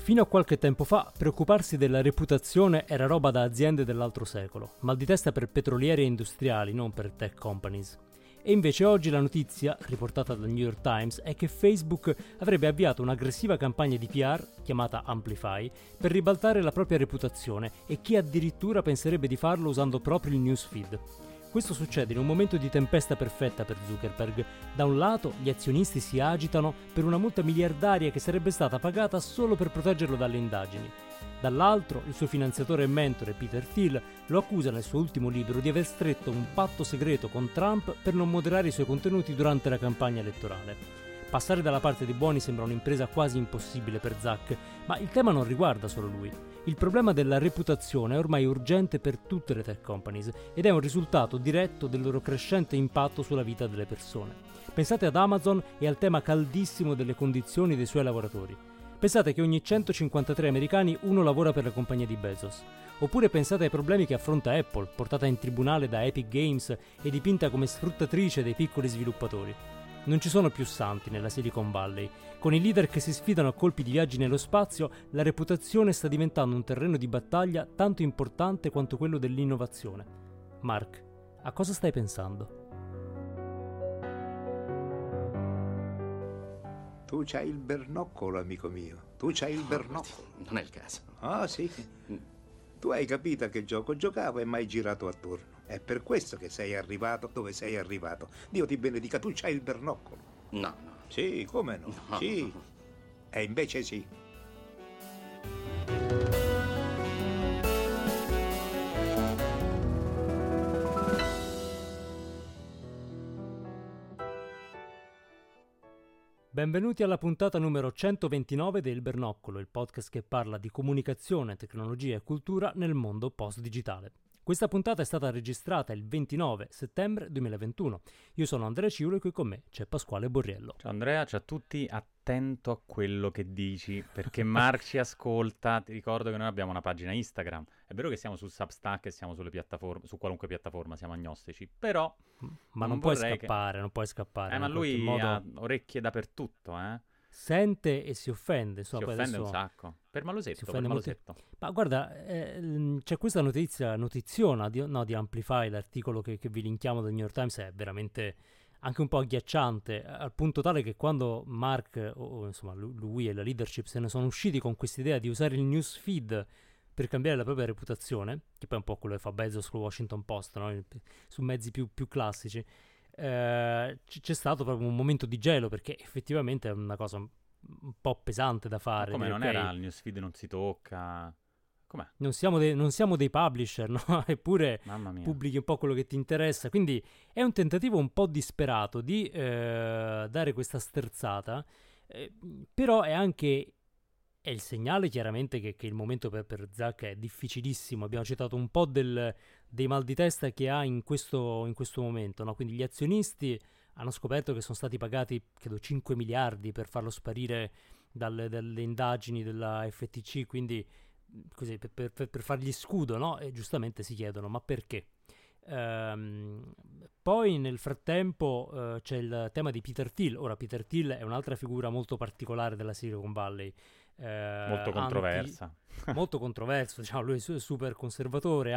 Fino a qualche tempo fa, preoccuparsi della reputazione era roba da aziende dell'altro secolo, mal di testa per petrolieri e industriali, non per tech companies. E invece oggi la notizia, riportata dal New York Times, è che Facebook avrebbe avviato un'aggressiva campagna di PR, chiamata Amplify, per ribaltare la propria reputazione e chi addirittura penserebbe di farlo usando proprio il newsfeed. Questo succede in un momento di tempesta perfetta per Zuckerberg. Da un lato, gli azionisti si agitano per una multa miliardaria che sarebbe stata pagata solo per proteggerlo dalle indagini. Dall'altro, il suo finanziatore e mentore Peter Thiel lo accusa nel suo ultimo libro di aver stretto un patto segreto con Trump per non moderare i suoi contenuti durante la campagna elettorale. Passare dalla parte dei buoni sembra un'impresa quasi impossibile per Zuck, ma il tema non riguarda solo lui. Il problema della reputazione è ormai urgente per tutte le tech companies ed è un risultato diretto del loro crescente impatto sulla vita delle persone. Pensate ad Amazon e al tema caldissimo delle condizioni dei suoi lavoratori. Pensate che ogni 153 americani uno lavora per la compagnia di Bezos. Oppure pensate ai problemi che affronta Apple, portata in tribunale da Epic Games e dipinta come sfruttatrice dei piccoli sviluppatori. Non ci sono più santi nella Silicon Valley. Con i leader che si sfidano a colpi di viaggi nello spazio, la reputazione sta diventando un terreno di battaglia tanto importante quanto quello dell'innovazione. Mark, a cosa stai pensando? Tu c'hai il bernoccolo, amico mio. Tu c'hai il bernoccolo. Non è il caso. Ah, sì. Tu hai capito a che gioco giocavo e mai girato attorno. È per questo che sei arrivato dove sei arrivato. Dio ti benedica, tu c'hai il bernoccolo. No. Sì, come no? No. Sì. E invece sì. Benvenuti alla puntata numero 129 del Bernoccolo, il podcast che parla di comunicazione, tecnologia e cultura nel mondo post-digitale. Questa puntata è stata registrata il 29 settembre 2021. Io sono Andrea Ciulo e qui con me c'è Pasquale Borriello. Ciao Andrea, ciao a tutti, attento a quello che dici, perché Mark ci ascolta. Ti ricordo che noi abbiamo una pagina Instagram. È vero che siamo su Substack e siamo sulle piattaforme, su qualunque piattaforma, siamo agnostici, però Ma non puoi scappare, non puoi scappare. ma in lui modo ha orecchie dappertutto, sente e si offende. Insomma, si poi offende adesso un sacco. Per malosetto, si offende per molto. malosetto. Ma guarda, c'è questa notiziona di Amplify, l'articolo che vi linkiamo del New York Times è veramente anche un po' agghiacciante, al punto tale che quando Mark, o insomma lui e la leadership se ne sono usciti con quest'idea di usare il newsfeed per cambiare la propria reputazione, che poi è un po' quello che fa Bezos con il Washington Post, no? Su mezzi più classici, c'è stato proprio un momento di gelo, perché effettivamente è una cosa un po' pesante da fare. Ma come non okay, era il newsfeed non si tocca? Com'è? non siamo dei publisher, no? Eppure Mamma mia. pubblichi un po' quello che ti interessa, quindi è un tentativo un po' disperato di dare questa sterzata, però è il segnale chiaramente che il momento per Zuck è difficilissimo. Abbiamo citato un po' dei mal di testa che ha in questo momento, no? Quindi gli azionisti hanno scoperto che sono stati pagati, credo, 5 miliardi per farlo sparire dalle indagini della FTC, quindi così per fargli scudo, no? E giustamente si chiedono, ma perché? Poi nel frattempo c'è il tema di Peter Thiel. Ora, Peter Thiel è un'altra figura molto particolare della Silicon Valley, Molto controversa. molto controverso, diciamo. Lui è super conservatore,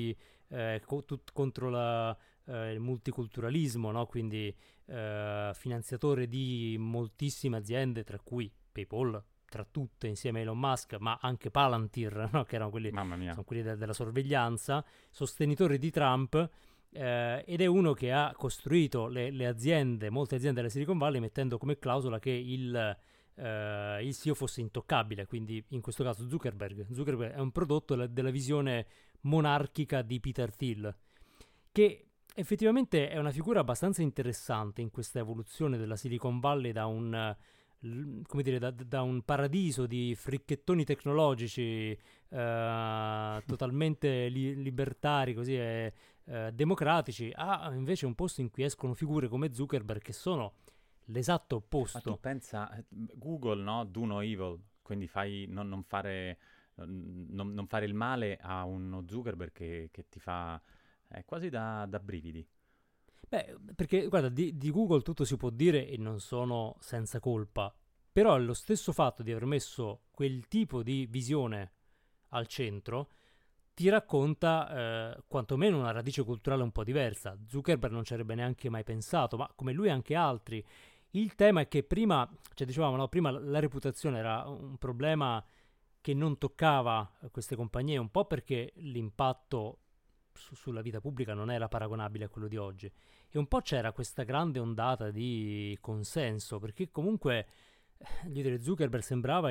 contro il multiculturalismo, no? Quindi finanziatore di moltissime aziende, tra cui PayPal, tra tutte insieme a Elon Musk, ma anche Palantir, no? Che erano quelli, Mamma mia. sono quelli della sorveglianza, sostenitore di Trump, ed è uno che ha costruito le aziende, molte aziende della Silicon Valley, mettendo come clausola che il CEO fosse intoccabile. Quindi in questo caso Zuckerberg è un prodotto della visione monarchica di Peter Thiel, che effettivamente è una figura abbastanza interessante in questa evoluzione della Silicon Valley da un paradiso di fricchettoni tecnologici totalmente libertari, così, democratici, a invece un posto in cui escono figure come Zuckerberg che sono l'esatto opposto. Ma tu pensa, Google, no? Do no evil, quindi non fare il male a uno Zuckerberg che ti fa... È quasi da brividi. Beh, perché guarda, di Google tutto si può dire e non sono senza colpa. Però lo stesso fatto di aver messo quel tipo di visione al centro ti racconta quantomeno una radice culturale un po' diversa. Zuckerberg non ci avrebbe neanche mai pensato, ma come lui anche altri. Il tema è che prima, cioè dicevamo, no, prima la reputazione era un problema che non toccava queste compagnie, un po' perché l'impatto sulla vita pubblica non era paragonabile a quello di oggi, e un po' c'era questa grande ondata di consenso, perché comunque Zuckerberg sembrava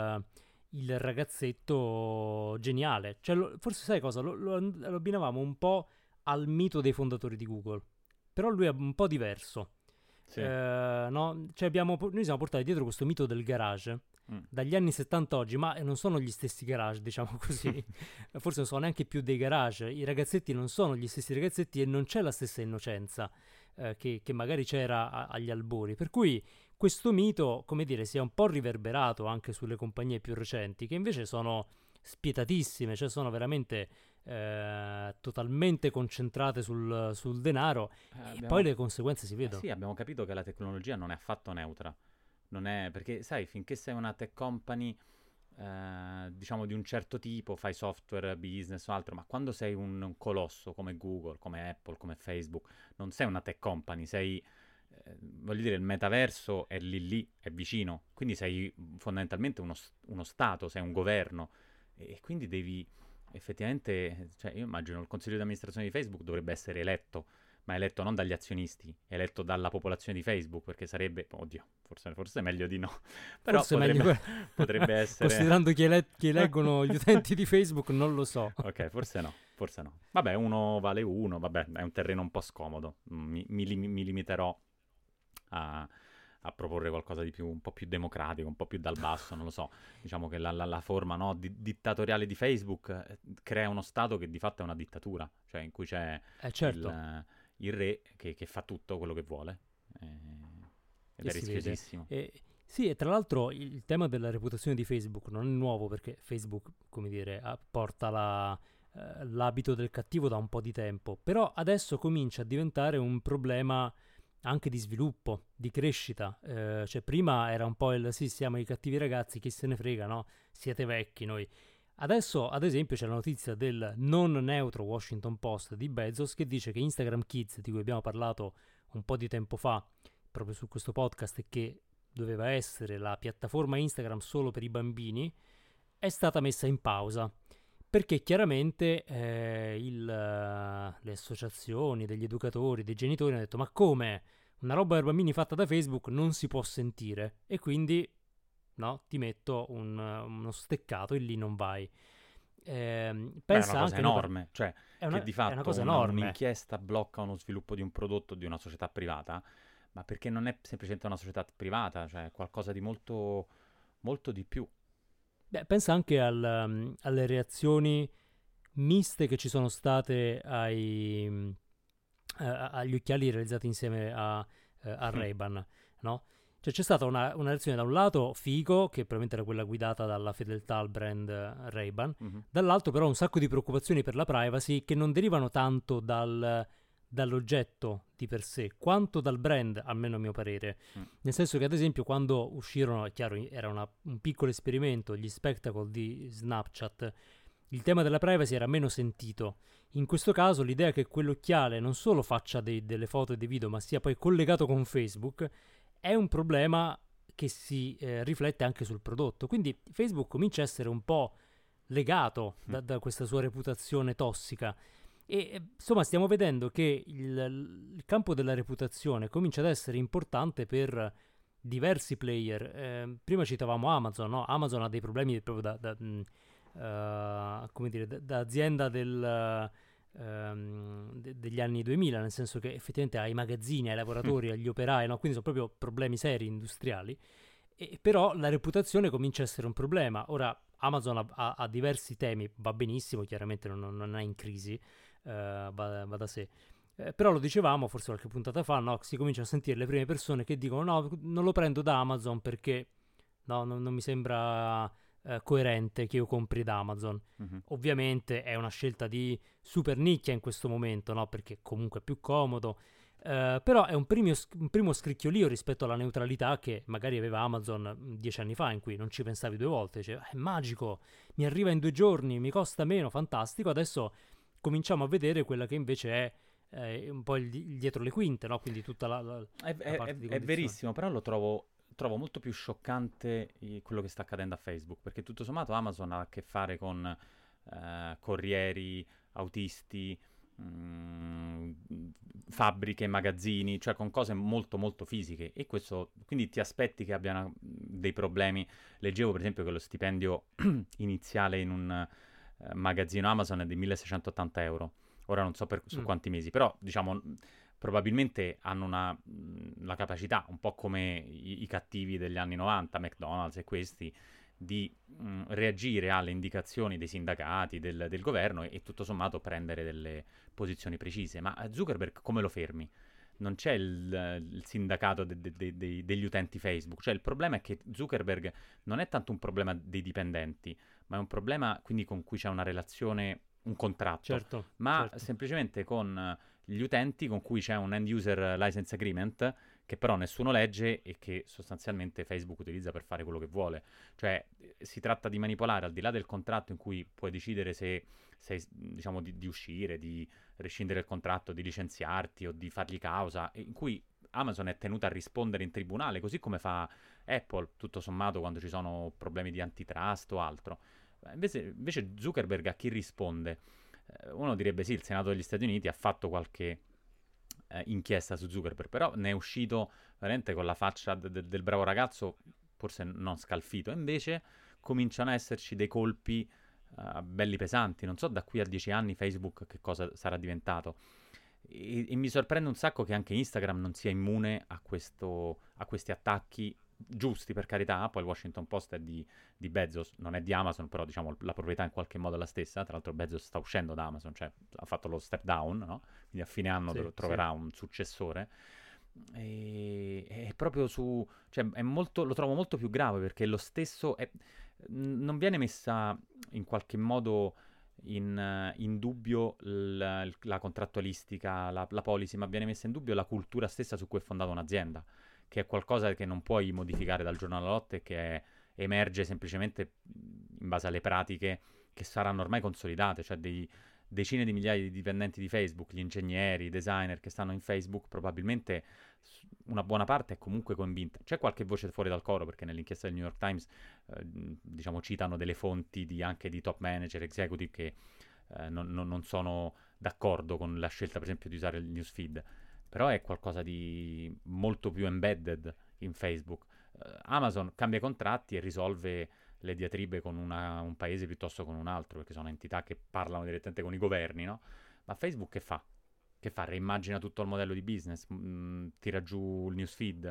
il ragazzetto geniale. Cioè, forse sai cosa? Lo abbinavamo un po' al mito dei fondatori di Google, però lui è un po' diverso. Sì. No? Cioè noi siamo portati dietro questo mito del garage dagli anni 70 oggi, ma non sono gli stessi garage, diciamo così. Forse non sono neanche più dei garage. I ragazzetti non sono gli stessi ragazzetti e non c'è la stessa innocenza che magari c'era agli albori. Per cui questo mito, come dire, si è un po' riverberato anche sulle compagnie più recenti, che invece sono spietatissime, cioè sono veramente totalmente concentrate sul denaro, e poi le conseguenze si vedono. Sì, abbiamo capito che la tecnologia non è affatto neutra. Non è perché, sai, finché sei una tech company, diciamo di un certo tipo, fai software, business o altro, ma quando sei un colosso come Google, come Apple, come Facebook, non sei una tech company, sei, voglio dire, il metaverso è lì, è vicino, quindi sei fondamentalmente uno Stato, sei un governo, e quindi devi effettivamente, cioè io immagino il consiglio di amministrazione di Facebook dovrebbe essere eletto, ma eletto non dagli azionisti, eletto dalla popolazione di Facebook, perché sarebbe, oddio, forse è meglio di no, però potrebbe essere... Considerando chi eleggono gli utenti di Facebook, non lo so. Ok, forse no. Vabbè, uno vale uno, vabbè, è un terreno un po' scomodo, mi limiterò a proporre qualcosa di un po' più democratico, un po' più dal basso, non lo so. Diciamo che la forma, no, dittatoriale di Facebook crea uno stato che di fatto è una dittatura, cioè in cui c'è certo. il re che fa tutto quello che vuole, ed è rischiosissimo. Sì, e tra l'altro il tema della reputazione di Facebook non è nuovo, perché Facebook, come dire, porta l'abito del cattivo da un po' di tempo, però adesso comincia a diventare un problema anche di sviluppo, di crescita. Cioè prima era un po' sì, siamo i cattivi ragazzi, chi se ne frega, no? Siete vecchi noi. Adesso, ad esempio, c'è la notizia del non neutro Washington Post di Bezos, che dice che Instagram Kids, di cui abbiamo parlato un po' di tempo fa, proprio su questo podcast, che doveva essere la piattaforma Instagram solo per i bambini, è stata messa in pausa, perché chiaramente le associazioni degli educatori, dei genitori hanno detto: ma come? Una roba per bambini fatta da Facebook non si può sentire, e quindi no, ti metto uno steccato e lì non vai. È una cosa enorme, cioè che di fatto un'inchiesta blocca uno sviluppo di un prodotto di una società privata, ma perché non è semplicemente una società privata, cioè qualcosa di molto, molto di più. Beh, pensa anche alle reazioni miste che ci sono state agli occhiali realizzati insieme a Ray-Ban, no? Cioè c'è stata una reazione da un lato figo, che probabilmente era quella guidata dalla fedeltà al brand Ray-Ban, dall'altro però un sacco di preoccupazioni per la privacy che non derivano tanto dall'oggetto di per sé, quanto dal brand, almeno a mio parere. Nel senso che, ad esempio, quando uscirono, è chiaro, era un piccolo esperimento, gli Spectacle di Snapchat, il tema della privacy era meno sentito. In questo caso l'idea che quell'occhiale non solo faccia delle foto e dei video, ma sia poi collegato con Facebook, è un problema che si riflette anche sul prodotto. Quindi Facebook comincia a essere un po' legato da questa sua reputazione tossica. E insomma stiamo vedendo che il campo della reputazione comincia ad essere importante per diversi player. Prima citavamo Amazon, no? Amazon ha dei problemi proprio come dire, da azienda degli anni 2000, nel senso che effettivamente ai magazzini, ai lavoratori, agli operai, no? Quindi sono proprio problemi seri industriali. Però la reputazione comincia a essere un problema. Ora Amazon ha diversi temi, va benissimo, chiaramente non è in crisi, va da sé. Però lo dicevamo forse qualche puntata fa, no? Si comincia a sentire le prime persone che dicono: no, non lo prendo da Amazon perché no, non mi sembra coerente che io compri da Amazon. Ovviamente è una scelta di super nicchia in questo momento, no? Perché comunque è più comodo. Però è un primo scricchiolio rispetto alla neutralità che magari aveva Amazon 10 anni fa, in cui non ci pensavi 2 volte, cioè è magico, mi arriva in 2 giorni, mi costa meno, fantastico. Adesso cominciamo a vedere quella che invece è un po' il dietro le quinte, no? Quindi tutta la parte di È condizione. verissimo, però lo trovo molto più scioccante quello che sta accadendo a Facebook, perché tutto sommato Amazon ha a che fare con corrieri, autisti, mh, fabbriche, magazzini, cioè con cose molto molto fisiche, e questo quindi ti aspetti che abbiano dei problemi. Leggevo per esempio che lo stipendio iniziale in un magazzino Amazon è di 1680 euro. Ora non so su Mm, quanti mesi, però diciamo probabilmente hanno la capacità, un po' come i cattivi degli anni 90, McDonald's e questi, di reagire alle indicazioni dei sindacati, del governo, e tutto sommato prendere delle posizioni precise. Ma Zuckerberg come lo fermi? Non c'è il sindacato degli utenti Facebook. Cioè il problema è che Zuckerberg non è tanto un problema dei dipendenti, ma è un problema quindi con cui c'è una relazione, un contratto, certo, ma certo. semplicemente con gli utenti con cui c'è un end user license agreement che però nessuno legge e che sostanzialmente Facebook utilizza per fare quello che vuole. Cioè si tratta di manipolare, al di là del contratto in cui puoi decidere se diciamo di uscire, di rescindere il contratto, di licenziarti o di fargli causa, in cui Amazon è tenuta a rispondere in tribunale, così come fa Apple, tutto sommato, quando ci sono problemi di antitrust o altro. Invece Zuckerberg a chi risponde? Uno direbbe sì, il Senato degli Stati Uniti ha fatto qualche inchiesta su Zuckerberg, però ne è uscito veramente con la faccia del bravo ragazzo, forse non scalfito. Invece cominciano a esserci dei colpi belli pesanti. Non so da qui a 10 anni Facebook che cosa sarà diventato. E mi sorprende un sacco che anche Instagram non sia immune a questi attacchi giusti, per carità. Poi il Washington Post è di Bezos, non è di Amazon, però diciamo la proprietà in qualche modo è la stessa. Tra l'altro Bezos sta uscendo da Amazon, cioè ha fatto lo step down, no? Quindi a fine anno Sì, sì. troverà un successore. E è proprio su, cioè è molto, lo trovo molto più grave, perché lo stesso non viene messa in qualche modo in dubbio la contrattualistica, la policy, ma viene messa in dubbio la cultura stessa su cui è fondata un'azienda, che è qualcosa che non puoi modificare dal giorno alla notte, che emerge semplicemente in base alle pratiche che saranno ormai consolidate, cioè decine di migliaia di dipendenti di Facebook, gli ingegneri, i designer che stanno in Facebook, probabilmente una buona parte è comunque convinta. C'è qualche voce fuori dal coro, perché nell'inchiesta del New York Times diciamo citano delle fonti anche di top manager, executive, che non sono d'accordo con la scelta per esempio di usare il newsfeed, però è qualcosa di molto più embedded in Facebook. Amazon cambia i contratti e risolve le diatribe con un paese piuttosto che con un altro, perché sono entità che parlano direttamente con i governi, no? Ma Facebook che fa? Che fa? Reimmagina tutto il modello di business, tira giù il newsfeed.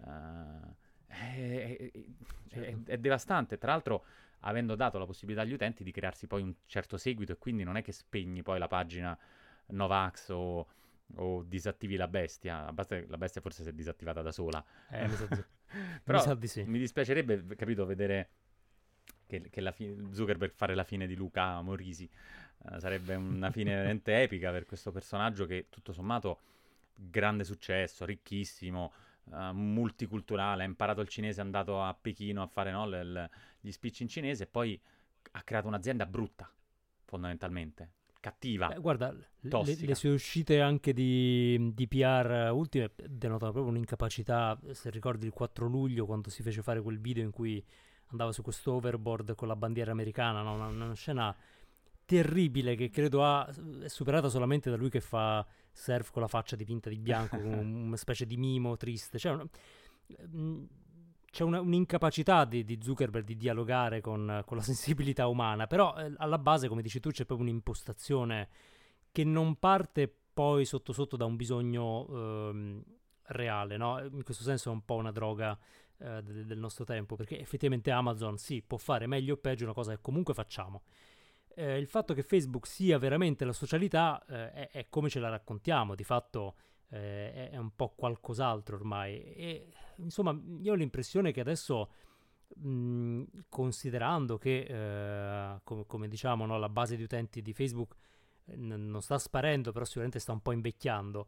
Certo. È devastante. Tra l'altro, avendo dato la possibilità agli utenti di crearsi poi un certo seguito, e quindi non è che spegni poi la pagina Novax o disattivi la bestia. La bestia forse si è disattivata da sola. Mi Però sa di sì. mi dispiacerebbe, capito, vedere che Zuckerberg fare la fine di Luca Morisi. Sarebbe una fine veramente epica per questo personaggio che tutto sommato grande successo, ricchissimo, multiculturale, ha imparato il cinese, è andato a Pechino a fare, no, gli speech in cinese, e poi ha creato un'azienda brutta, fondamentalmente, cattiva, Beh, guarda, le tossica. sue uscite anche di PR ultime denotano proprio un'incapacità. Se ricordi il 4 luglio, quando si fece fare quel video in cui andava su questo overboard con la bandiera americana, no? Una scena terribile che credo è superata solamente da lui che fa surf con la faccia dipinta di bianco, come una specie di mimo triste. Mm, c'è un'incapacità di Zuckerberg di dialogare con la sensibilità umana, però alla base, come dici tu, c'è proprio un'impostazione che non parte poi sotto sotto da un bisogno reale, no? In questo senso è un po' una droga del nostro tempo, perché effettivamente Amazon sì, può fare meglio o peggio una cosa che comunque facciamo. Il fatto che Facebook sia veramente la socialità è come ce la raccontiamo, di fatto è un po' qualcos'altro ormai. E insomma, io ho l'impressione che adesso, considerando che, come diciamo, no, la base di utenti di Facebook non sta sparendo, però sicuramente sta un po' invecchiando,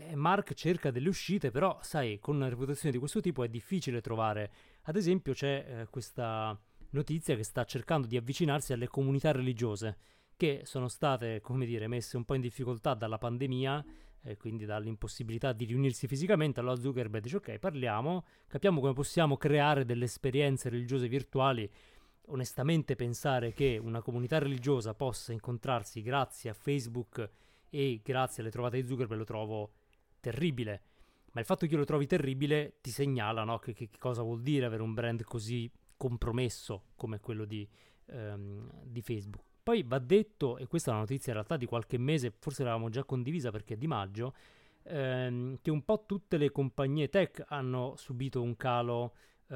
Mark cerca delle uscite, però sai, con una reputazione di questo tipo è difficile trovare. Ad esempio c'è questa notizia che sta cercando di avvicinarsi alle comunità religiose, che sono state, come dire, messe un po' in difficoltà dalla pandemia, quindi dall'impossibilità di riunirsi fisicamente. Allora Zuckerberg dice: ok, parliamo, capiamo come possiamo creare delle esperienze religiose virtuali. Onestamente pensare che una comunità religiosa possa incontrarsi grazie a Facebook e grazie alle trovate di Zuckerberg lo trovo terribile. Ma il fatto che io lo trovi terribile ti segnala, no, che cosa vuol dire avere un brand così compromesso come quello di Facebook. Poi va detto, e questa è una notizia in realtà di qualche mese, forse l'avevamo già condivisa perché è di maggio, che un po' tutte le compagnie tech hanno subito un calo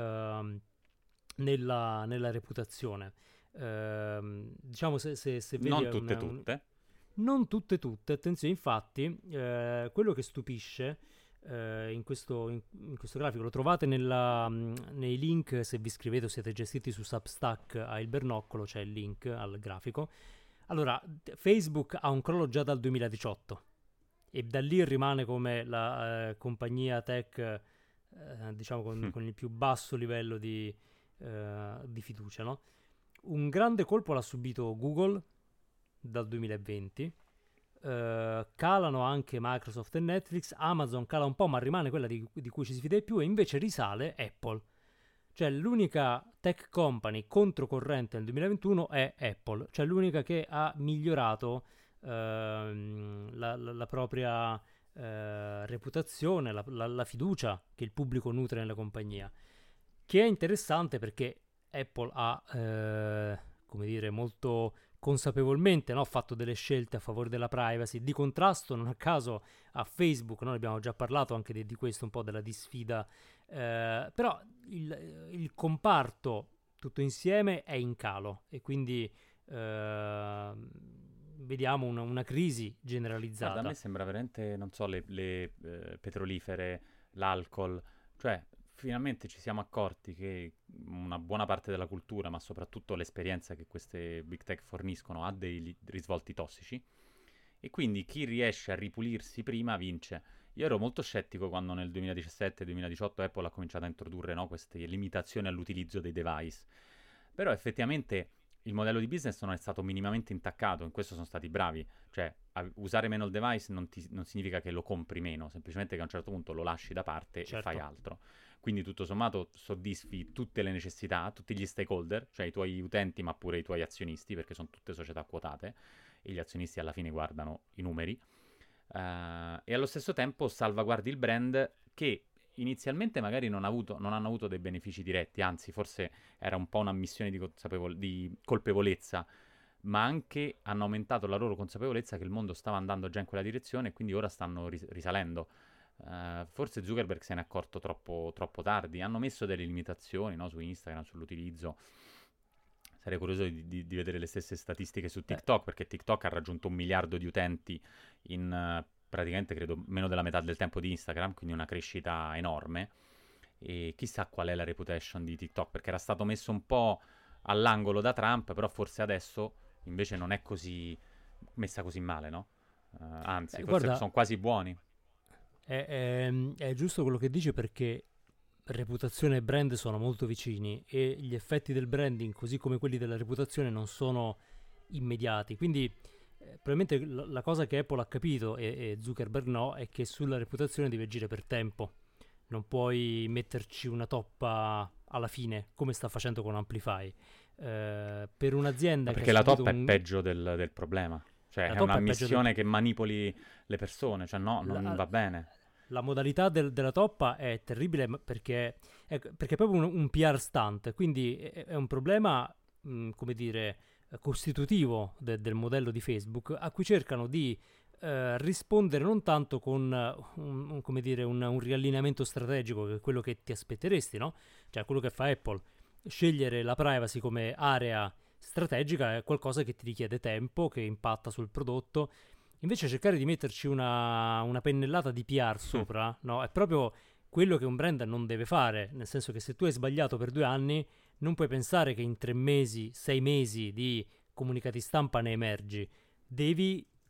nella reputazione. Diciamo se vedi Non tutte. non tutte, attenzione, infatti, quello che stupisce in questo grafico, lo trovate nei link, se vi iscrivete o siete già iscritti su Substack a Il Bernoccolo, c'è il link al grafico. Allora, Facebook ha un crollo già dal 2018 e da lì rimane come la compagnia tech, diciamo, con il più basso livello di fiducia, no? Un grande colpo l'ha subito Google dal 2020, calano anche Microsoft e Netflix, Amazon cala un po' ma rimane quella di cui ci si fida di più, e invece risale Apple. Cioè l'unica tech company controcorrente nel 2021 è Apple, cioè l'unica che ha migliorato la propria reputazione, la fiducia che il pubblico nutre nella compagnia, che è interessante perché Apple ha, come dire, molto consapevolmente, no, fatto delle scelte a favore della privacy, di contrasto non a caso a Facebook. Noi abbiamo già parlato anche di questo, un po' della disfida, però il comparto tutto insieme è in calo e quindi vediamo una crisi generalizzata. Guarda, a me sembra veramente, non so, le petrolifere, l'alcol, cioè finalmente ci siamo accorti che una buona parte della cultura, ma soprattutto l'esperienza che queste big tech forniscono, ha dei risvolti tossici, e quindi chi riesce a ripulirsi prima vince. Io ero molto scettico quando nel 2017-2018 Apple ha cominciato a introdurre, no, queste limitazioni all'utilizzo dei device, però effettivamente il modello di business non è stato minimamente intaccato, in questo sono stati bravi, cioè usare meno il device non significa che lo compri meno, semplicemente che a un certo punto lo lasci da parte, certo, e fai altro. Quindi tutto sommato soddisfi tutte le necessità, tutti gli stakeholder, cioè i tuoi utenti ma pure i tuoi azionisti, perché sono tutte società quotate e gli azionisti alla fine guardano i numeri, e allo stesso tempo salvaguardi il brand, che inizialmente magari non hanno avuto dei benefici diretti, anzi forse era un po' una missione di colpevolezza, ma anche hanno aumentato la loro consapevolezza che il mondo stava andando già in quella direzione e quindi ora stanno risalendo. Forse Zuckerberg se ne è accorto troppo tardi. Hanno messo delle limitazioni, no, su Instagram, sull'utilizzo. Sarei curioso di vedere le stesse statistiche su TikTok, perché TikTok ha raggiunto 1 miliardo di utenti in praticamente credo meno della metà del tempo di Instagram, quindi una crescita enorme. E chissà qual è la reputation di TikTok, perché era stato messo un po' all'angolo da Trump, però forse adesso invece non è così messa così male, no? Anzi, forse sono quasi buoni. È giusto quello che dici, perché reputazione e brand sono molto vicini e gli effetti del branding, così come quelli della reputazione, non sono immediati. Quindi probabilmente la cosa che Apple ha capito e Zuckerberg no, è che sulla reputazione devi agire per tempo. Non puoi metterci una toppa alla fine, come sta facendo con Amplify. Per un'azienda perché la toppa è peggio del problema. Cioè è una missione che manipoli le persone, cioè no, non va bene. La modalità della toppa è terribile perché è proprio un PR stunt, quindi è un problema, come dire, costitutivo del modello di Facebook, a cui cercano di rispondere non tanto con come dire, un riallineamento strategico, che è quello che ti aspetteresti, no? Cioè quello che fa Apple, scegliere la privacy come area strategica è qualcosa che ti richiede tempo, che impatta sul prodotto. Invece cercare di metterci una pennellata di PR sopra, no? È proprio quello che un brand non deve fare, nel senso che se tu hai sbagliato per 2 anni non puoi pensare che in 3 mesi, 6 mesi di comunicati stampa ne emergi. Devi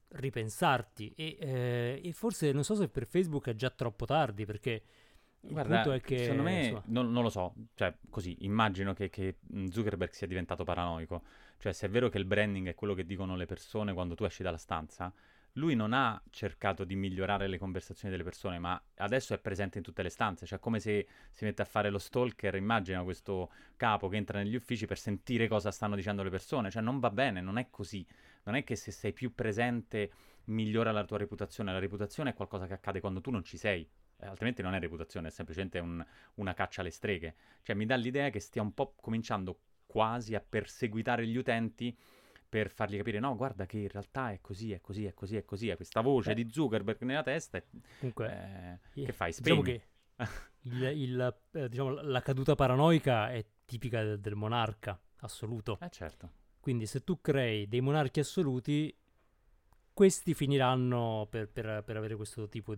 ripensarti e forse non so se per Facebook è già troppo tardi, perché il Guarda, punto è che secondo me, insomma, non lo so, cioè così, immagino che Zuckerberg sia diventato paranoico, cioè se è vero che il branding è quello che dicono le persone quando tu esci dalla stanza, lui non ha cercato di migliorare le conversazioni delle persone, ma adesso è presente in tutte le stanze, cioè come se si mette a fare lo stalker, immagina questo capo che entra negli uffici per sentire cosa stanno dicendo le persone, cioè non va bene, non è così, non è che se sei più presente migliora la tua reputazione, la reputazione è qualcosa che accade quando tu non ci sei. Altrimenti non è reputazione, è semplicemente una caccia alle streghe. Cioè mi dà l'idea che stia un po' cominciando quasi a perseguitare gli utenti per fargli capire, no, guarda che in realtà è così, è così, è così, è così, è questa voce beh, di Zuckerberg nella testa. comunque Che fai? diciamo Spegni? che diciamo, la caduta paranoica è tipica del monarca assoluto. Certo. Quindi se tu crei dei monarchi assoluti, questi finiranno per avere questo tipo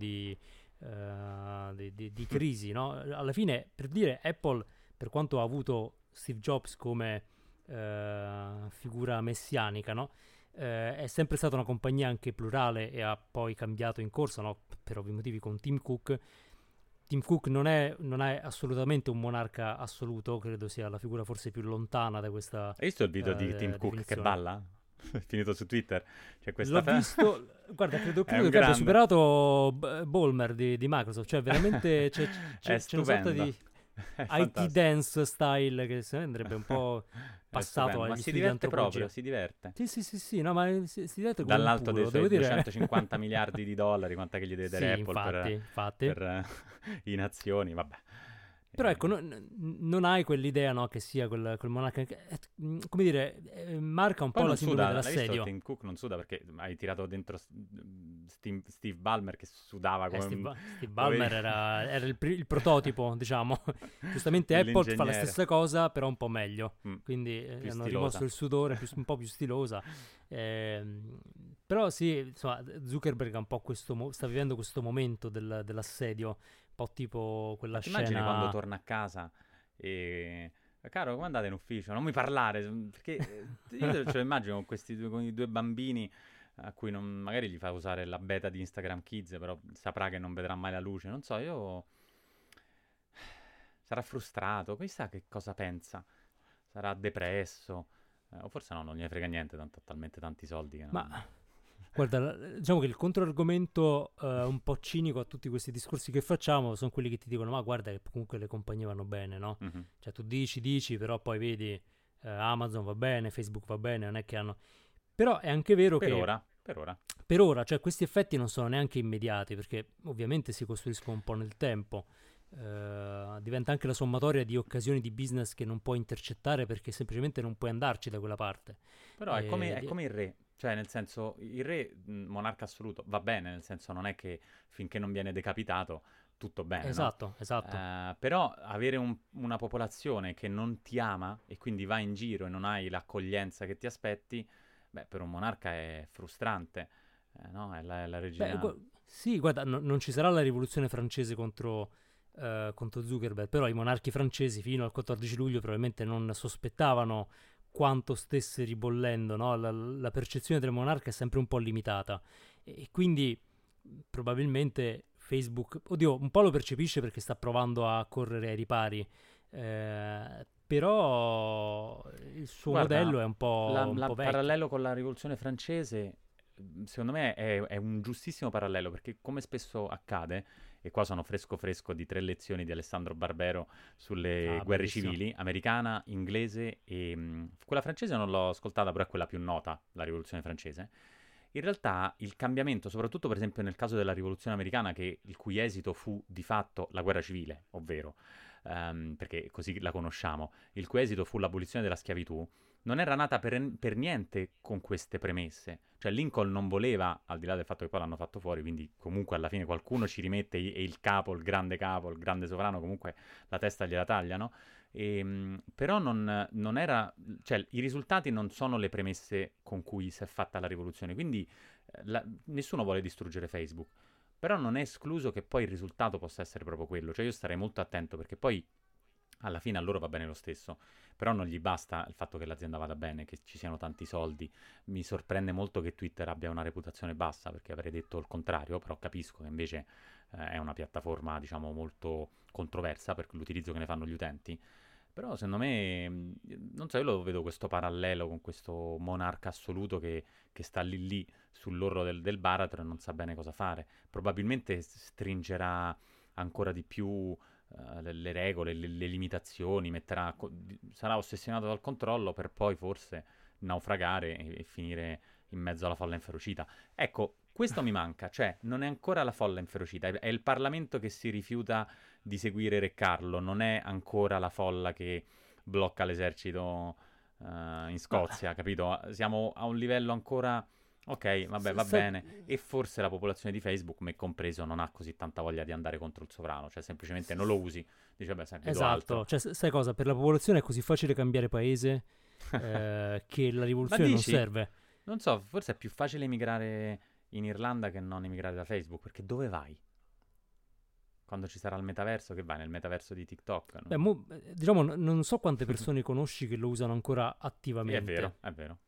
di crisi, no? Alla fine, per dire, Apple, per quanto ha avuto Steve Jobs come figura messianica, no? È sempre stata una compagnia anche plurale e ha poi cambiato in corso, no? Per ovvi motivi con Tim Cook. Tim Cook non è assolutamente un monarca assoluto, credo sia la figura forse più lontana da questa Hai visto il video di Tim Cook che definizione. balla? È finito su Twitter. C'è L'ho questa visto, guarda, credo È un che abbia grande. superato Ballmer di Microsoft, cioè veramente È c'è una sorta stupendo. di È IT fantastico. dance style che se ne andrebbe un po' È passato stupendo, ma agli si studi di diverte proprio, antropologia. si diverte. Sì, sì, sì, sì, no, ma si diverte come un Dall'alto dei puro, devo suoi dire. 250 miliardi di dollari, quant'è che gli deve dare Sì, Apple infatti, infatti. per in azioni, vabbè. Però ecco, Eh, non hai quell'idea, no, che sia quel monarca, come dire, marca un Poi po' la non sindrome suda, l'hai visto? dell'assedio. Tim Cook non suda perché hai tirato dentro Steve Ballmer che sudava come un... Steve poverino. Ballmer era il prototipo, diciamo. Giustamente Apple fa la Dell'ingegnere. stessa cosa, però un po' meglio. Mm, Quindi più hanno rimosso stilosa. il sudore, un po' più stilosa. Però sì, insomma, Zuckerberg ha un po' sta vivendo questo momento dell'assedio, un po' tipo Ma quella ti immagini quando scena. torna a casa e... Caro, come andate in ufficio? Non mi parlare, perché io ce lo immagino con con i due bambini a cui magari gli fa usare la beta di Instagram Kids, però saprà che non vedrà mai la luce. Non so, io... Sarà frustrato, chissà che cosa pensa. Sarà depresso. O forse no, non gliene frega niente, tanto ha talmente tanti soldi che Ma non... guarda, diciamo che il controargomento un po' cinico a tutti questi discorsi che facciamo sono quelli che ti dicono: ma guarda che comunque le compagnie vanno bene, no? Mhm. Cioè tu dici, però poi vedi Amazon va bene, Facebook va bene, non è che hanno... Però è anche vero Per che ora, per ora. per ora, cioè questi effetti non sono neanche immediati, perché ovviamente si costruiscono un po' nel tempo. Diventa anche la sommatoria di occasioni di business che non puoi intercettare perché semplicemente non puoi andarci da quella parte. Però è Di- come il re, cioè nel senso, il re, monarca assoluto, va bene, nel senso non è che finché non viene decapitato tutto bene, no? Esatto, esatto. Però avere una popolazione che non ti ama e quindi va in giro e non hai l'accoglienza che ti aspetti, beh, per un monarca è frustrante, no? È la Beh, regina... sì, guarda, non ci sarà la rivoluzione francese contro Zuckerberg, però i monarchi francesi fino al 14 luglio probabilmente non sospettavano quanto stesse ribollendo, no? La percezione del monarca è sempre un po' limitata e quindi probabilmente Facebook, oddio, un po' lo percepisce perché sta provando a correre ai ripari, però il suo Guarda, modello è un po' vecchio. parallelo con la rivoluzione francese, secondo me è un giustissimo parallelo, perché come spesso accade, e qua sono fresco fresco di 3 lezioni di Alessandro Barbero sulle Ah, guerre bellissimo. civili, americana, inglese e... quella francese non l'ho ascoltata, però è quella più nota, la rivoluzione francese. In realtà il cambiamento, soprattutto per esempio nel caso della rivoluzione americana, il cui esito fu di fatto la guerra civile, ovvero, perché così la conosciamo, il cui esito fu l'abolizione della schiavitù, non era nata per niente con queste premesse. Cioè Lincoln non voleva, al di là del fatto che poi l'hanno fatto fuori, quindi comunque alla fine qualcuno ci rimette e il capo, il grande sovrano, comunque la testa gliela tagliano. Però non era, cioè i risultati non sono le premesse con cui si è fatta la rivoluzione, quindi nessuno vuole distruggere Facebook, però non è escluso che poi il risultato possa essere proprio quello, cioè io starei molto attento perché poi alla fine a loro va bene lo stesso, però non gli basta il fatto che l'azienda vada bene, che ci siano tanti soldi. Mi sorprende molto che Twitter abbia una reputazione bassa, perché avrei detto il contrario, però capisco che invece è una piattaforma, diciamo, molto controversa per l'utilizzo che ne fanno gli utenti. Però secondo me, non so, io lo vedo questo parallelo con questo monarca assoluto che sta lì lì sull'orlo del baratro e non sa bene cosa fare. Probabilmente stringerà ancora di più le regole, le limitazioni, sarà ossessionato dal controllo per poi forse naufragare e finire in mezzo alla folla inferocita. Ecco, questo mi manca, cioè non è ancora la folla inferocita, è il Parlamento che si rifiuta di seguire Re Carlo, non è ancora la folla che blocca l'esercito in Ma Scozia, capito? Siamo a un livello ancora... Ok, vabbè, va sai, bene. E forse la popolazione di Facebook, me compreso, non ha così tanta voglia di andare contro il sovrano, cioè semplicemente non lo usi. Dice, vabbè, sai, vedo esatto, altro. cioè, sai cosa? Per la popolazione è così facile cambiare paese che la Ma rivoluzione non dici? serve. Non so, forse è più facile emigrare in Irlanda che non emigrare da Facebook, perché dove vai? Quando ci sarà il metaverso, che vai? Nel metaverso di TikTok? Beh, diciamo, non so quante persone conosci che lo usano ancora Sì, è vero, attivamente. è vero.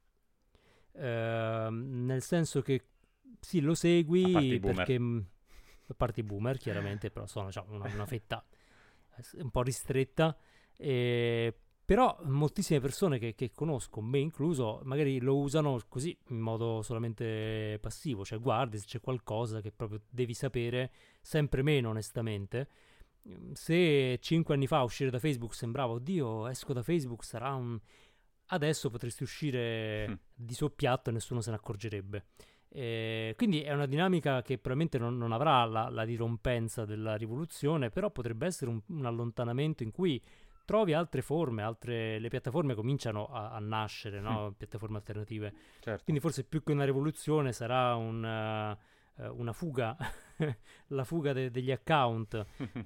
Nel senso che sì, lo A parte i segui boomer. perché, a parte i boomer, chiaramente, però sono diciamo, una fetta un po' ristretta. eh, Però moltissime persone che conosco, me incluso, magari lo usano così in modo solamente passivo, cioè guardi se c'è qualcosa che proprio devi sapere, sempre meno onestamente. Se 5 anni fa uscire da Facebook sembrava, oddio, esco da Facebook, sarà un... Adesso potresti uscire di soppiatto e nessuno se ne accorgerebbe. Quindi è una dinamica che probabilmente non avrà la dirompenza della rivoluzione, però potrebbe essere un allontanamento in cui trovi altre forme, le piattaforme cominciano a nascere, no? Piattaforme alternative. Certo. Quindi forse più che una rivoluzione sarà una fuga, la fuga degli account.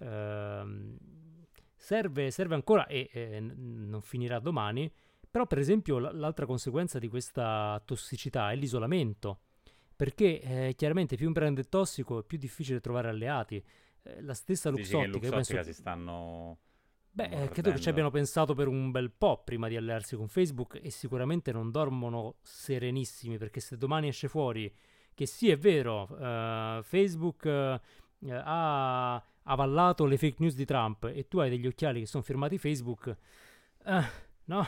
Serve ancora e non finirà domani, però per esempio l'altra conseguenza di questa tossicità è l'isolamento, perché chiaramente più un brand è tossico è più difficile trovare alleati. La stessa Dici che in Luxottica, io penso... Luxottica si stanno Beh, credo che ci mordendo. abbiano pensato per un bel po' prima di allearsi con Facebook e sicuramente non dormono serenissimi perché se domani esce fuori che sì, è vero, Facebook ha avallato le fake news di Trump e tu hai degli occhiali che sono firmati Facebook, eh, no,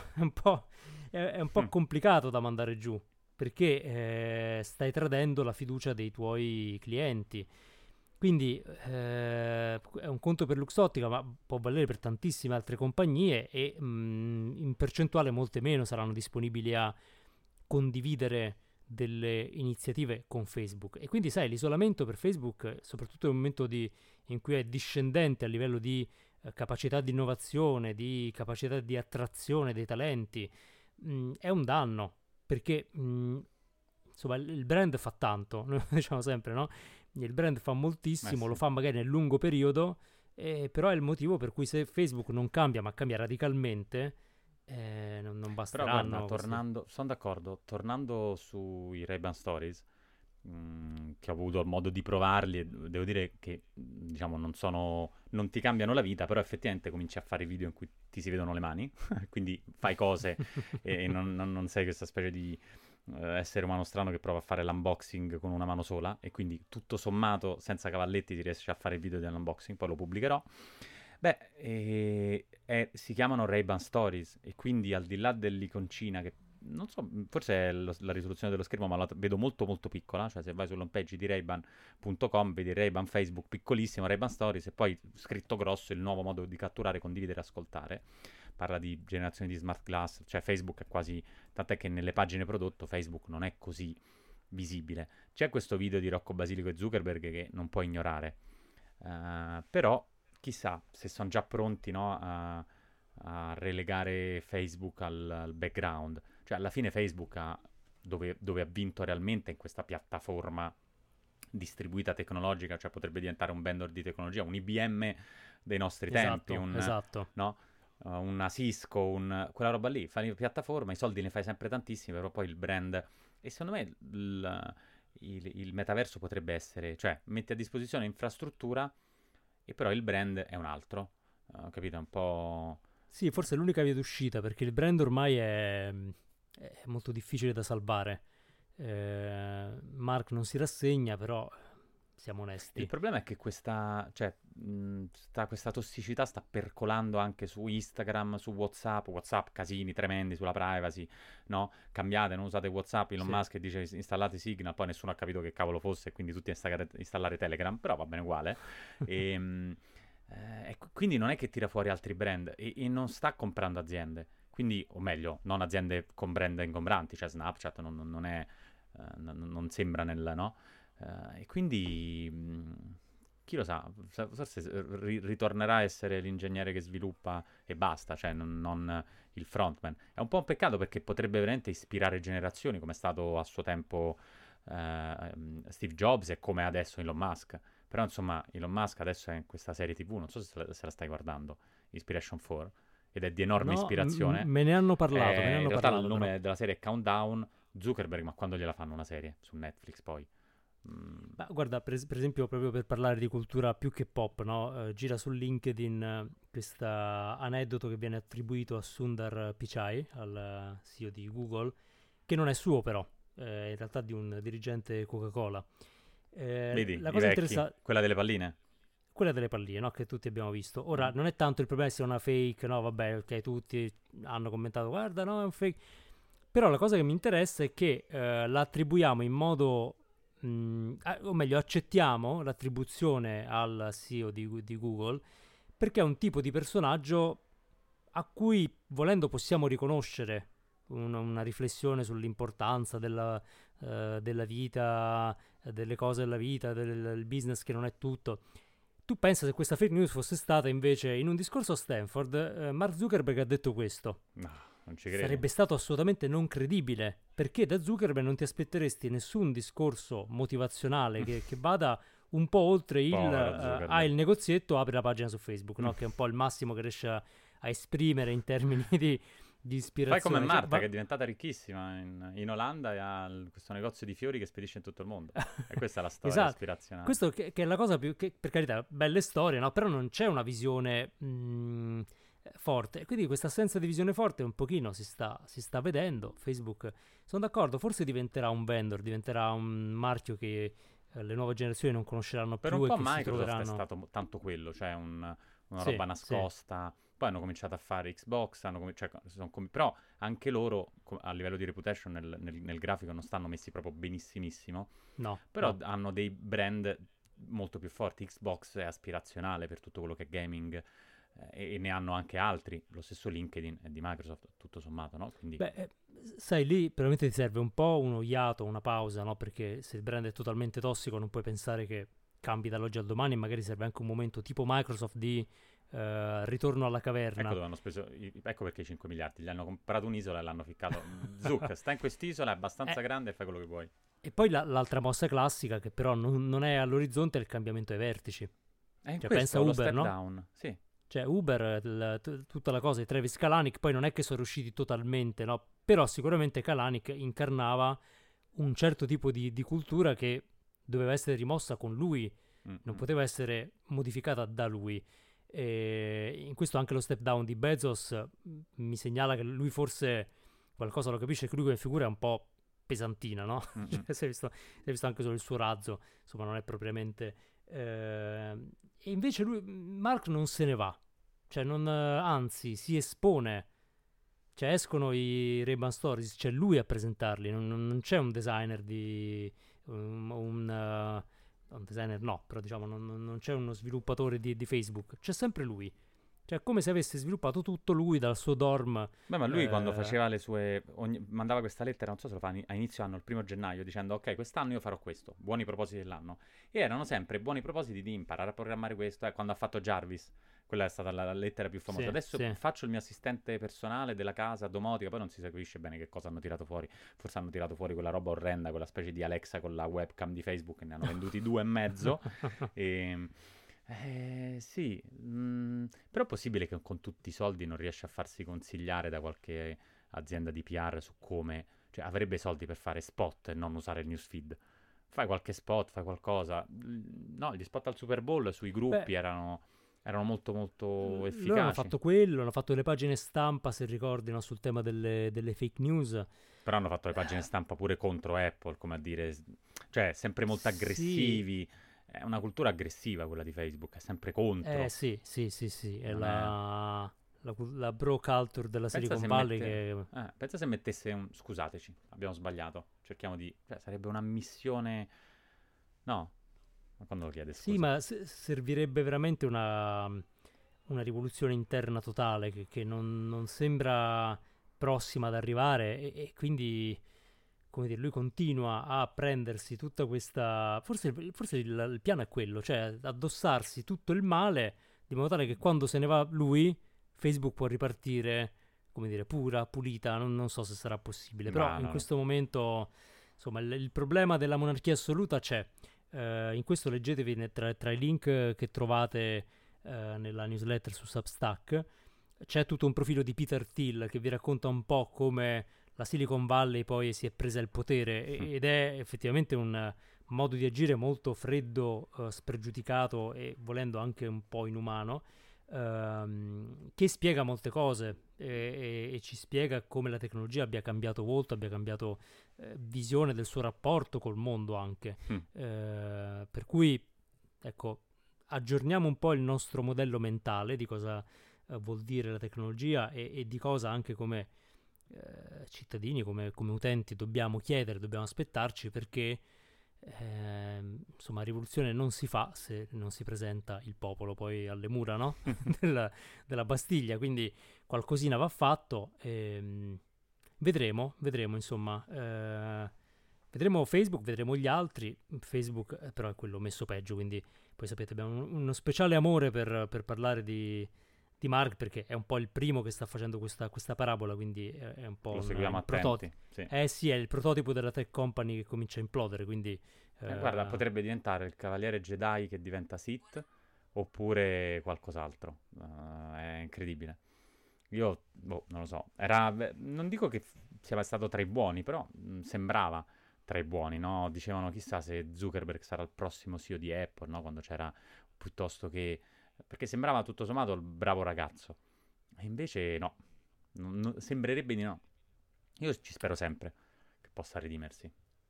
è un po' complicato da mandare giù perché stai tradendo la fiducia dei tuoi clienti. Quindi è un conto per Luxottica, ma può valere per tantissime altre compagnie e in percentuale molte meno saranno disponibili a condividere delle iniziative con Facebook. E quindi sai, l'isolamento per Facebook, soprattutto nel momento in cui è discendente a livello di capacità di innovazione, di capacità di attrazione dei talenti, è un danno, perché insomma il brand fa tanto, noi lo diciamo sempre, no? Il brand fa moltissimo, lo Sì. fa magari nel lungo periodo, però è il motivo per cui se Facebook non cambia, ma cambia radicalmente, non Però guarda, basteranno questi... sono d'accordo, tornando sui Ray-Ban Stories, che ho avuto modo di provarli e devo dire che, diciamo, non ti cambiano la vita, però effettivamente cominci a fare video in cui ti si vedono le mani, quindi fai cose e non sei questa specie di essere umano strano che prova a fare l'unboxing con una mano sola e quindi tutto sommato senza cavalletti ti riesci a fare il video dell'unboxing, poi lo pubblicherò. Beh, si chiamano Ray-Ban Stories e quindi al di là dell'iconcina che non so, forse è la risoluzione dello schermo, ma la vedo molto molto piccola, cioè se vai sull'home page di Ray-Ban.com vedi Ray-Ban Facebook piccolissimo, Ray-Ban Stories e poi scritto grosso il nuovo modo di catturare, condividere e ascoltare. Parla di generazione di smart glass, cioè Facebook è quasi, tant'è che nelle pagine prodotto Facebook non è così visibile. C'è questo video di Rocco Basilico e Zuckerberg che non puoi ignorare, però chissà se sono già pronti, no, a relegare Facebook al background. Cioè alla fine Facebook dove ha vinto realmente in questa piattaforma distribuita tecnologica, cioè potrebbe diventare un vendor di tecnologia, un IBM dei nostri tempi, Esatto, esatto. no? Una Cisco, quella roba lì, fai piattaforma, i soldi ne fai sempre tantissimi, però poi il brand... E secondo me il metaverso potrebbe essere, cioè metti a disposizione infrastruttura e però il brand è un altro, capito? È un po'... Sì, forse è l'unica via d'uscita, perché il brand ormai è molto difficile da salvare. Mark non si rassegna, però siamo Il onesti. problema è che questa tossicità sta percolando anche su Instagram, su WhatsApp, WhatsApp casini tremendi sulla privacy, no? Cambiate, non usate WhatsApp, Elon Sì. Musk dice installate Signal, poi nessuno ha capito che cavolo fosse, quindi tutti a installare Telegram, però va bene uguale. Quindi non è che tira fuori altri brand e non sta comprando aziende, quindi, o meglio, non aziende con brand ingombranti, cioè Snapchat non è, non sembra nel, no? E quindi, chi lo sa, forse ritornerà a essere l'ingegnere che sviluppa e basta, cioè non il frontman. È un po' un peccato perché potrebbe veramente ispirare generazioni, come è stato a suo tempo Steve Jobs e come adesso Elon Musk. Però insomma, Elon Musk adesso è in questa serie TV, non so se la stai guardando, Inspiration 4, ed è di enorme No, ispirazione. me ne hanno parlato, me ne In hanno realtà il parlato però. nome della serie è Countdown. Zuckerberg, ma quando gliela fanno una serie su Netflix poi? Mm, Ma guarda, per esempio, proprio per parlare di cultura più che pop, no? Gira su LinkedIn questo aneddoto che viene attribuito a Sundar Pichai, al CEO di Google, che non è suo però, è in realtà di un dirigente Coca-Cola. Vedi, La i cosa vecchi, interessante, quella delle palline? quella delle palline, no? Che tutti abbiamo visto. Ora, Mm. non è tanto il problema essere una fake, no? Vabbè, ok, tutti hanno commentato, guarda, no, è un fake. Però la cosa che mi interessa è che la attribuiamo in modo, o meglio, accettiamo l'attribuzione al CEO di Google perché è un tipo di personaggio a cui, volendo, possiamo riconoscere una riflessione sull'importanza della vita, delle cose della vita, del business che non è tutto. Tu pensa se questa fake news fosse stata invece in un discorso a Stanford, Mark Zuckerberg ha detto questo. No, non ci credo. Sarebbe stato assolutamente non credibile, perché da Zuckerberg non ti aspetteresti nessun discorso motivazionale che vada un po' oltre Povero il Zuckerberg. negozietto, apri la pagina su Facebook, Mm. no? Che è un po' il massimo che riesce a esprimere in termini di Fai come ispirazione. Cioè, Marta, che è diventata ricchissima in Olanda e ha questo negozio di fiori che spedisce in tutto il mondo. E questa è la storia esatto. ispirazionale. Questo che è la cosa più che, per carità, belle storie, no? Però non c'è una visione forte. Quindi questa assenza di visione forte un pochino si sta vedendo. Facebook, sono d'accordo, forse diventerà un vendor, diventerà un marchio che le nuove generazioni non conosceranno Per un più e po' che si Microsoft è troveranno. stato tanto quello, cioè una Sì, roba sì, nascosta. Poi hanno cominciato a fare Xbox, però anche loro a livello di reputation nel grafico non stanno messi proprio benissimissimo. no, Però no. hanno dei brand molto più forti. Xbox è aspirazionale per tutto quello che è gaming e ne hanno anche altri. Lo stesso LinkedIn è di Microsoft, tutto sommato, no? Quindi Beh, sai, lì probabilmente ti serve un po' uno hiato, una pausa, no? Perché se il brand è totalmente tossico non puoi pensare che cambi dall'oggi al domani, magari serve anche un momento tipo Microsoft di ritorno alla ecco caverna. dove hanno speso, ecco perché i 5 miliardi. Gli hanno comprato un'isola e l'hanno ficcato. Zuc, sta in quest'isola, è abbastanza Eh, grande e fai quello che vuoi. e poi l'altra mossa classica che però non è all'orizzonte è il cambiamento ai vertici. È in Cioè pensa a questo lo Uber, step no? down, sì. Cioè Uber, tutta la cosa di Travis Kalanick, poi non è che sono riusciti totalmente, no? Però sicuramente Kalanick incarnava un certo tipo di cultura che doveva essere rimossa con lui, non Mm-mm. poteva essere modificata da lui. E in questo anche lo step down di Bezos mi segnala che lui forse qualcosa lo capisce, che lui come figura è un po' pesantina, no? Mm-mm. Cioè, si è visto anche solo il suo razzo, insomma non è propriamente... e invece lui, Mark non se ne va, cioè anzi si espone, cioè escono i Ray-Ban Stories, c'è lui a presentarli, non c'è un designer un designer no, però diciamo non c'è uno sviluppatore di Facebook, c'è sempre lui. Cioè, come se avesse sviluppato tutto lui dal suo dorm. Beh, ma lui quando eh, faceva le sue. Mandava questa lettera, non so se lo fa a inizio anno, il 1° gennaio, dicendo: Ok, quest'anno io farò questo, buoni propositi dell'anno. E erano sempre buoni propositi di imparare a programmare questo. Quando ha fatto Jarvis, quella è stata la lettera più famosa. sì, Adesso sì. faccio il mio assistente personale della casa, domotica. Poi non si capisce bene che cosa hanno tirato fuori. Forse hanno tirato fuori quella roba orrenda, quella specie di Alexa con la webcam di Facebook. Ne hanno venduti due e mezzo. E. Sì, però è possibile che con tutti i soldi non riesca a farsi consigliare da qualche azienda di PR su come, cioè avrebbe soldi per fare spot e non usare il newsfeed. Fai qualche spot, fai qualcosa. No, gli spot al Super Bowl sui Beh, gruppi erano erano molto molto efficaci. Loro hanno fatto quello, hanno fatto le pagine stampa, se ricordi, no, sul tema delle fake news. Però hanno fatto le pagine stampa pure contro Apple, come a dire, cioè sempre molto aggressivi. È una cultura aggressiva quella di Facebook, è sempre contro. Sì, è Non la bro culture della Pensa Silicon se Valley pensa se mettesse un... Scusateci, abbiamo sbagliato. Cerchiamo di... Cioè, sarebbe una missione... No? Ma quando lo chiede, scusa? Sì, ma servirebbe veramente una rivoluzione interna totale che non sembra prossima ad arrivare e quindi, come dire, lui continua a prendersi tutta questa... Forse il piano è quello, cioè addossarsi tutto il male di modo tale che quando se ne va lui, Facebook può ripartire, come dire, pulita, non so se sarà possibile, però in questo momento, insomma, il problema della monarchia assoluta c'è. In questo leggetevi tra i link che trovate nella newsletter su Substack, c'è tutto un profilo di Peter Thiel che vi racconta un po' come la Silicon Valley poi si è presa il potere ed è effettivamente un modo di agire molto freddo, spregiudicato e volendo anche un po' inumano, che spiega molte cose e ci spiega come la tecnologia abbia cambiato volto, abbia cambiato visione del suo rapporto col mondo anche. Per cui, ecco, aggiorniamo un po' il nostro modello mentale di cosa vuol dire la tecnologia e di cosa anche come cittadini, come utenti dobbiamo chiedere, dobbiamo aspettarci, perché insomma rivoluzione non si fa se non si presenta il popolo poi alle mura, no? della Bastiglia, quindi qualcosina va fatto. Vedremo insomma, vedremo Facebook, vedremo gli altri. Facebook però è quello messo peggio, quindi poi sapete abbiamo uno speciale amore per parlare di Mark, perché è un po' il primo che sta facendo questa parabola, quindi è un po' lo seguiamo prototipo. Sì. Sì, è il prototipo della tech company che comincia a implodere, quindi guarda, potrebbe diventare il cavaliere Jedi che diventa Sith oppure qualcos'altro. È incredibile. Io non lo so, non dico che sia stato tra i buoni, però sembrava tra i buoni, no? Dicevano chissà se Zuckerberg sarà il prossimo CEO di Apple, no? Quando c'era, piuttosto che... Perché sembrava tutto sommato il bravo ragazzo. E invece no, sembrerebbe di no. Io ci spero sempre che possa redimersi.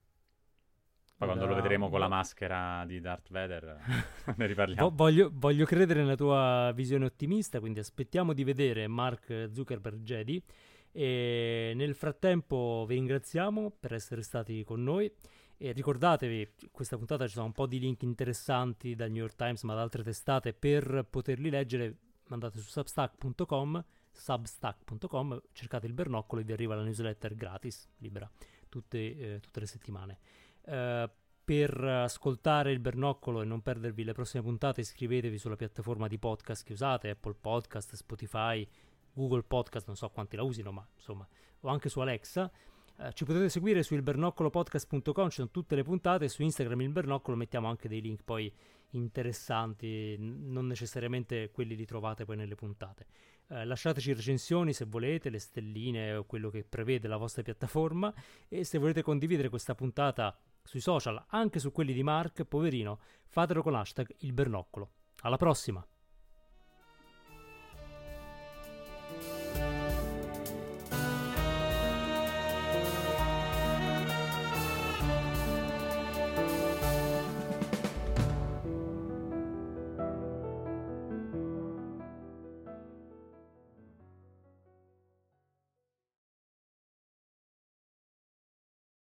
Poi quando lo vedremo con la maschera di Darth Vader ne riparliamo. Voglio credere nella tua visione ottimista, quindi aspettiamo di vedere Mark Zuckerberg Jedi. E nel frattempo vi ringraziamo per essere stati con noi. E ricordatevi, questa puntata ci sono un po' di link interessanti dal New York Times ma da altre testate, per poterli leggere andate su substack.com, cercate il Bernoccolo e vi arriva la newsletter gratis, libera, tutte le settimane. Per ascoltare il Bernoccolo e non perdervi le prossime puntate, iscrivetevi sulla piattaforma di podcast che usate, Apple Podcast, Spotify, Google Podcast, non so quanti la usino, ma insomma, o anche su Alexa. Ci potete seguire su ilbernoccolopodcast.com, ci sono tutte le puntate, su Instagram il Bernoccolo mettiamo anche dei link poi interessanti, non necessariamente quelli li trovate poi nelle puntate. Lasciateci recensioni se volete, le stelline o quello che prevede la vostra piattaforma, e se volete condividere questa puntata sui social, anche su quelli di Mark, poverino, fatelo con hashtag il Bernoccolo. Alla prossima!